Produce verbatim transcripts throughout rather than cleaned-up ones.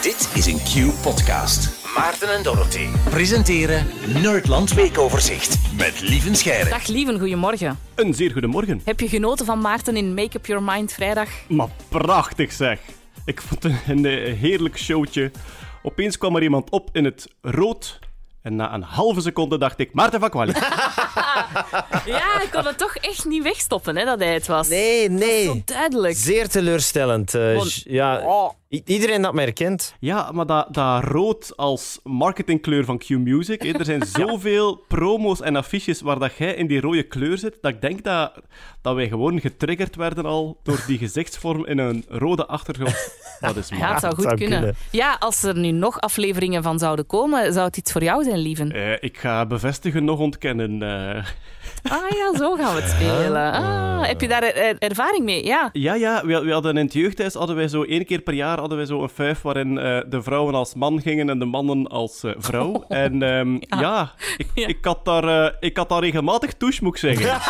Dit is een Q-podcast. Maarten en Dorothee presenteren Nerdland Weekoverzicht met Lieven Scheire. Dag Lieven, goedemorgen. Een zeer goedemorgen. Heb je genoten van Maarten in Make Up Your Mind vrijdag? Maar prachtig zeg. Ik vond het een, een heerlijk showtje. Opeens kwam er iemand op in het rood. En na een halve seconde dacht ik, Maarten van Kwalli. Ja, ik kon het toch echt niet wegstoppen, hè, dat hij het was. Nee, nee. Dat is zo duidelijk. Zeer teleurstellend. Uh, Want... ja, oh. i- iedereen dat me herkent. Ja, maar dat, dat rood als marketingkleur van Q-Music, hè, er zijn zoveel promo's en affiches waar dat jij in die rode kleur zit, dat ik denk dat, dat wij gewoon getriggerd werden al door die gezichtsvorm in een rode achtergrond. Dat is Ja, maar. het zou goed zou kunnen. kunnen. Ja, als er nu nog afleveringen van zouden komen, zou het iets voor jou zijn, Lieven? Uh, ik ga bevestigen, nog ontkennen. Uh... Ah ja, zo gaan we het spelen. Ah, heb je daar er- ervaring mee? Ja. Ja, ja, we, we hadden in het jeugdhuis hadden wij zo één keer per jaar hadden wij zo een vijf waarin uh, de vrouwen als man gingen en de mannen als uh, vrouw. Oh. En um, ja, ja, ik, ja. Ik, had daar, uh, ik had daar regelmatig touche, moet ik zeggen. Uh,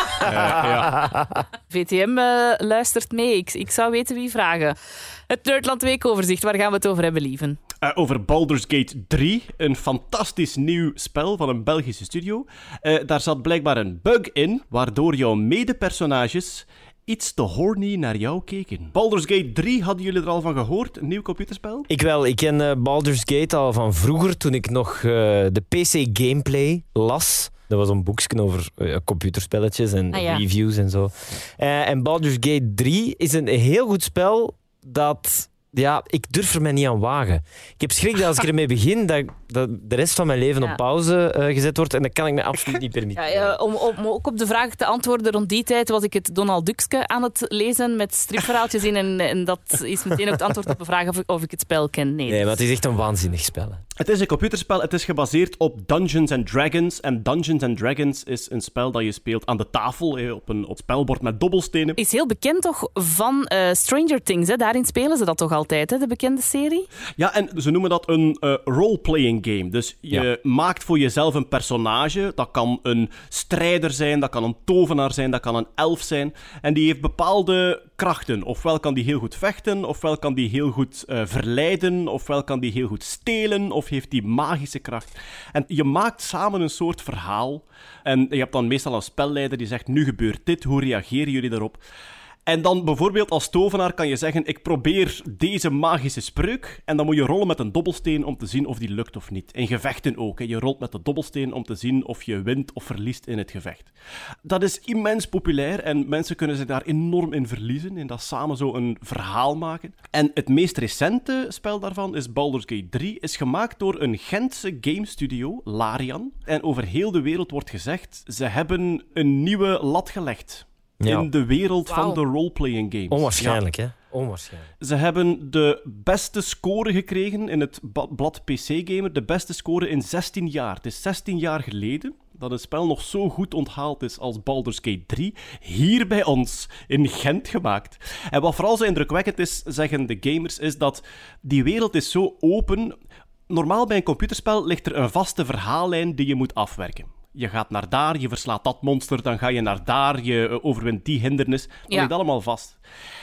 ja. V T M uh, luistert mee. Ik, ik zou weten wie vragen. Het Nerdland Weekoverzicht, waar gaan we het over hebben, Lieven? Uh, over Baldur's Gate drie, een fantastisch nieuw spel van een Belgische studio. Uh, daar zat blijkbaar een bug in, waardoor jouw mede-personages iets te horny naar jou keken. Baldur's Gate drie, hadden jullie er al van gehoord? Een nieuw computerspel? Ik wel, ik ken uh, Baldur's Gate al van vroeger, toen ik nog uh, de P C gameplay las. Dat was een boekje over uh, computerspelletjes en ah, ja. reviews en zo. Uh, en Baldur's Gate drie is een heel goed spel dat... Ja, ik durf er mij niet aan wagen. Ik heb schrik dat als ik ermee begin, dat, dat de rest van mijn leven Ja. op pauze uh, gezet wordt. En dat kan ik me absoluut niet permitteren. Ja, ja, om, om ook op de vraag te antwoorden, rond die tijd was ik het Donald Duckske aan het lezen met stripverhaaltjes in. En, en dat is meteen ook het antwoord op de vraag of ik, of ik het spel ken. Nee, Nee, maar het is echt een waanzinnig spel. Hè. Het is een computerspel, het is gebaseerd op Dungeons and Dragons. En Dungeons and Dragons is een spel dat je speelt aan de tafel, eh, op een op spelbord met dobbelstenen. Is heel bekend toch van uh, Stranger Things. Hè? Daarin spelen ze dat toch altijd, hè? De bekende serie? Ja, en ze noemen dat een uh, role-playing game. Dus je Ja. maakt voor jezelf een personage. Dat kan een strijder zijn, dat kan een tovenaar zijn, dat kan een elf zijn. En die heeft bepaalde krachten. Ofwel kan die heel goed vechten, ofwel kan die heel goed uh, verleiden, ofwel kan die heel goed stelen, of heeft die magische kracht. En je maakt samen een soort verhaal. En je hebt dan meestal een spelleider die zegt, nu gebeurt dit, hoe reageren jullie daarop? En dan bijvoorbeeld als tovenaar kan je zeggen, ik probeer deze magische spreuk. En dan moet je rollen met een dobbelsteen om te zien of die lukt of niet. In gevechten ook. Hè. Je rolt met de dobbelsteen om te zien of je wint of verliest in het gevecht. Dat is immens populair en mensen kunnen zich daar enorm in verliezen. In dat samen zo een verhaal maken. En het meest recente spel daarvan is Baldur's Gate drie. Is gemaakt door een Gentse game studio, Larian. En over heel de wereld wordt gezegd, ze hebben een nieuwe lat gelegd. Ja. In de wereld Wauw. van de role-playing games. Onwaarschijnlijk, hè? Onwaarschijnlijk. Ze hebben de beste score gekregen in het ba- blad P C Gamer. De beste score in zestien jaar. Het is zestien jaar geleden dat een spel nog zo goed onthaald is als Baldur's Gate drie. Hier bij ons, in Gent gemaakt. En wat vooral zo indrukwekkend is, zeggen de gamers, is dat die wereld is zo open. Normaal bij een computerspel ligt er een vaste verhaallijn die je moet afwerken. Je gaat naar daar, je verslaat dat monster, dan ga je naar daar, je overwint die hindernis. Dat Ja. ligt allemaal vast.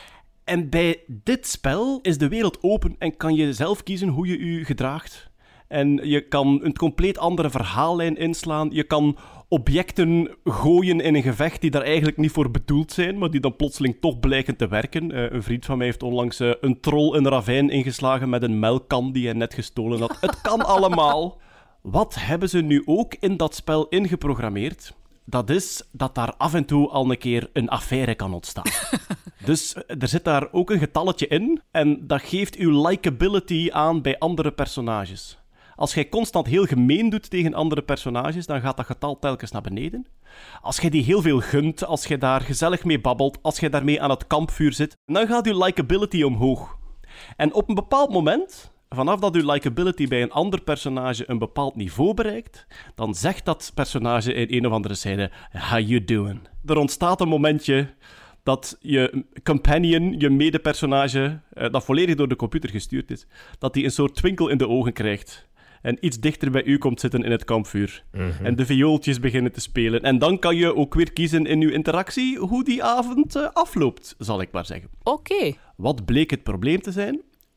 En bij dit spel is de wereld open en kan je zelf kiezen hoe je je gedraagt. En je kan een compleet andere verhaallijn inslaan. Je kan objecten gooien in een gevecht die daar eigenlijk niet voor bedoeld zijn, maar die dan plotseling toch blijken te werken. Uh, een vriend van mij heeft onlangs uh, een troll in een ravijn ingeslagen met een melkkan die hij net gestolen had. Het kan allemaal. Wat hebben ze nu ook in dat spel ingeprogrammeerd? Dat is dat daar af en toe al een keer een affaire kan ontstaan. Dus er zit daar ook een getalletje in en dat geeft uw likability aan bij andere personages. Als jij constant heel gemeen doet tegen andere personages, dan gaat dat getal telkens naar beneden. Als jij die heel veel gunt, als jij daar gezellig mee babbelt, als jij daarmee aan het kampvuur zit, dan gaat uw likability omhoog. En op een bepaald moment... Vanaf dat uw likability bij een ander personage een bepaald niveau bereikt, dan zegt dat personage in een of andere scène, how you doing? Er ontstaat een momentje dat je companion, je medepersonage, dat volledig door de computer gestuurd is, dat die een soort twinkel in de ogen krijgt. En iets dichter bij u komt zitten in het kampvuur. Mm-hmm. En de viooltjes beginnen te spelen. En dan kan je ook weer kiezen in uw interactie hoe die avond uh, afloopt, zal ik maar zeggen. Oké. Okay. Wat bleek het probleem te zijn?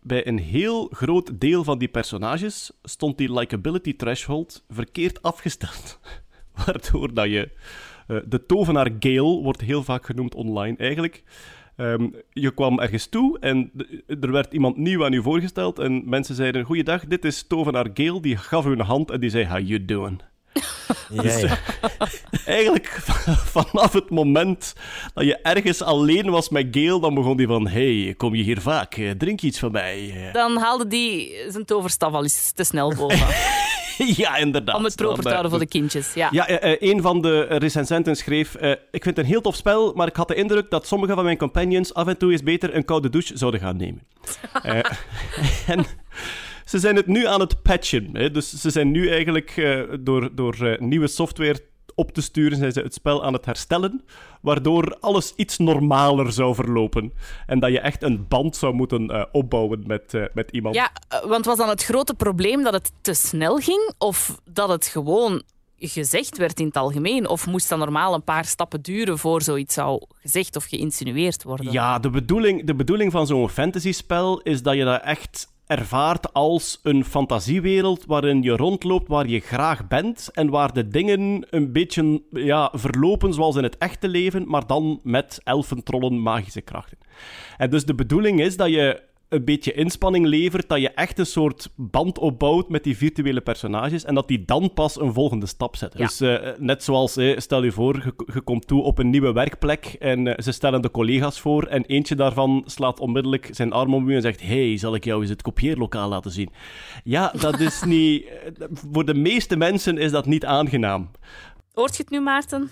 bij een heel groot deel van die personages stond die likability threshold verkeerd afgesteld. Waardoor dat je... Uh, de tovenaar Gale wordt heel vaak genoemd online eigenlijk. Um, je kwam ergens toe en de, er werd iemand nieuw aan u voorgesteld en mensen zeiden, goeiedag, dit is tovenaar Gale, die gaf u een hand en die zei, how you doing? Ja, Dus, ja. eigenlijk vanaf het moment dat je ergens alleen was met Gale, dan begon hij van, hey, kom je hier vaak? Drink je iets van mij? Dan haalde die zijn toverstaf al eens te snel boven. Ja, inderdaad. Om het proper te houden voor de kindjes. Ja. Ja, uh, uh, een van de recensenten schreef, uh, ik vind het een heel tof spel, maar ik had de indruk dat sommige van mijn companions af en toe eens beter een koude douche zouden gaan nemen. uh, en... Ze zijn het nu aan het patchen. Hè? Dus ze zijn nu eigenlijk uh, door, door uh, nieuwe software op te sturen, zijn ze het spel aan het herstellen, waardoor alles iets normaler zou verlopen. En dat je echt een band zou moeten uh, opbouwen met, uh, met iemand. Ja, want was dan het grote probleem dat het te snel ging? Of dat het gewoon gezegd werd in het algemeen? Of moest dat normaal een paar stappen duren voor zoiets zou gezegd of geïnsinueerd worden? Ja, de bedoeling, de bedoeling van zo'n fantasyspel is dat je dat echt ervaart als een fantasiewereld waarin je rondloopt, waar je graag bent en waar de dingen een beetje ja, verlopen zoals in het echte leven, maar dan met elfen, trollen, magische krachten. En dus de bedoeling is dat je een beetje inspanning levert, dat je echt een soort band opbouwt met die virtuele personages en dat die dan pas een volgende stap zetten. Ja. Dus uh, net zoals, uh, stel je voor, je, je komt toe op een nieuwe werkplek en uh, ze stellen de collega's voor en eentje daarvan slaat onmiddellijk zijn arm om u en zegt, hey, zal ik jou eens het kopieerlokaal laten zien? Ja, dat is niet... Uh, voor de meeste mensen is dat niet aangenaam. Hoort je het nu, Maarten?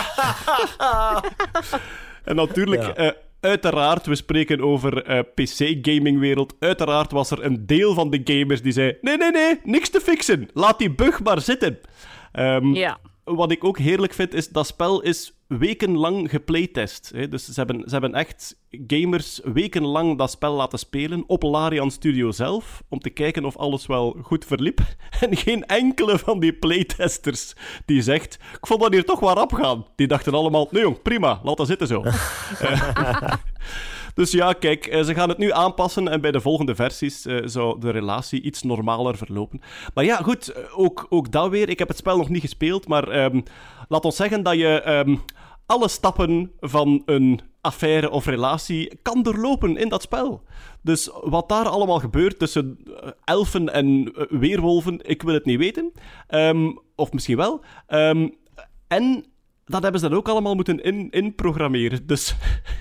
En natuurlijk... Ja. Uh, Uiteraard, we spreken over uh, P C-gamingwereld. Uiteraard was er een deel van de gamers die zei, nee, nee, nee, niks te fixen. Laat die bug maar zitten. Um, Ja. Wat ik ook heerlijk vind, is dat spel is wekenlang geplaytest. Hè? Dus ze hebben, ze hebben echt gamers wekenlang dat spel laten spelen op Larian Studio zelf, om te kijken of alles wel goed verliep. En geen enkele van die playtesters die zegt, ik vond dat hier toch wel rap gaan. Die dachten allemaal, nee jong, prima, laat dat zitten zo. uh, Dus ja, kijk, ze gaan het nu aanpassen en bij de volgende versies uh, zou de relatie iets normaler verlopen. Maar ja, goed, ook, ook dat weer. Ik heb het spel nog niet gespeeld, maar um, laat ons zeggen dat je um, alle stappen van een affaire of relatie kan doorlopen in dat spel. Dus wat daar allemaal gebeurt tussen elfen en uh, weerwolven, ik wil het niet weten. Um, of misschien wel. Um, en dat hebben ze dan ook allemaal moeten in, inprogrammeren. Dus...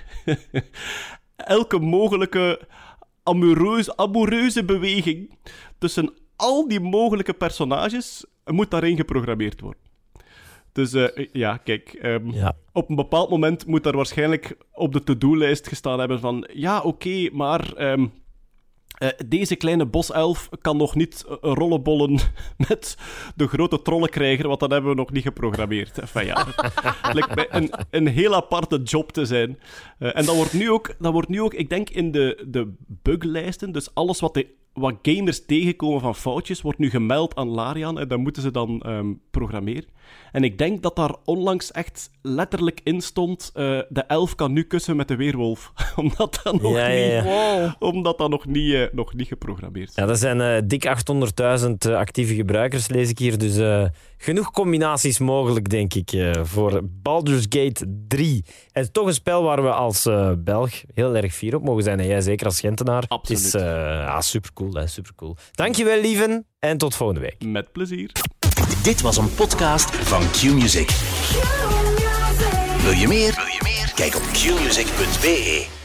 elke mogelijke amoureuze, amoureuze beweging tussen al die mogelijke personages moet daarin geprogrammeerd worden. Dus uh, ja, kijk, um, Ja. op een bepaald moment moet daar waarschijnlijk op de to-do-lijst gestaan hebben van ja, oké, okay, maar um, uh, deze kleine boself kan nog niet uh, rollenbollen met de grote trollenkrijger, want dat hebben we nog niet geprogrammeerd. Enfin, ja, het lijkt mij een, een heel aparte job te zijn. Uh, en dat wordt nu ook, dat wordt nu ook, ik denk, in de, de buglijsten, dus alles wat, de, wat gamers tegenkomen van foutjes, wordt nu gemeld aan Larian en dan moeten ze dan um, programmeren. En ik denk dat daar onlangs echt letterlijk in stond, uh, de elf kan nu kussen met de weerwolf. Omdat dat nog Ja, ja, ja. niet, Wow. omdat dat nog niet, uh, nog niet geprogrammeerd is. Ja, dat zijn uh, dik achthonderdduizend uh, actieve gebruikers, lees ik hier. Dus uh, genoeg combinaties mogelijk, denk ik, uh, voor Baldur's Gate drie. Het is toch een spel waar we als uh, Belg heel erg fier op mogen zijn. En jij zeker als Gentenaar. Absoluut. Het is uh, ah, supercool, hè, supercool. Dankjewel, lieven. En tot volgende week. Met plezier. Dit was een podcast van Q-Music. Wil je meer? Wil je meer? Kijk op q music punt b e.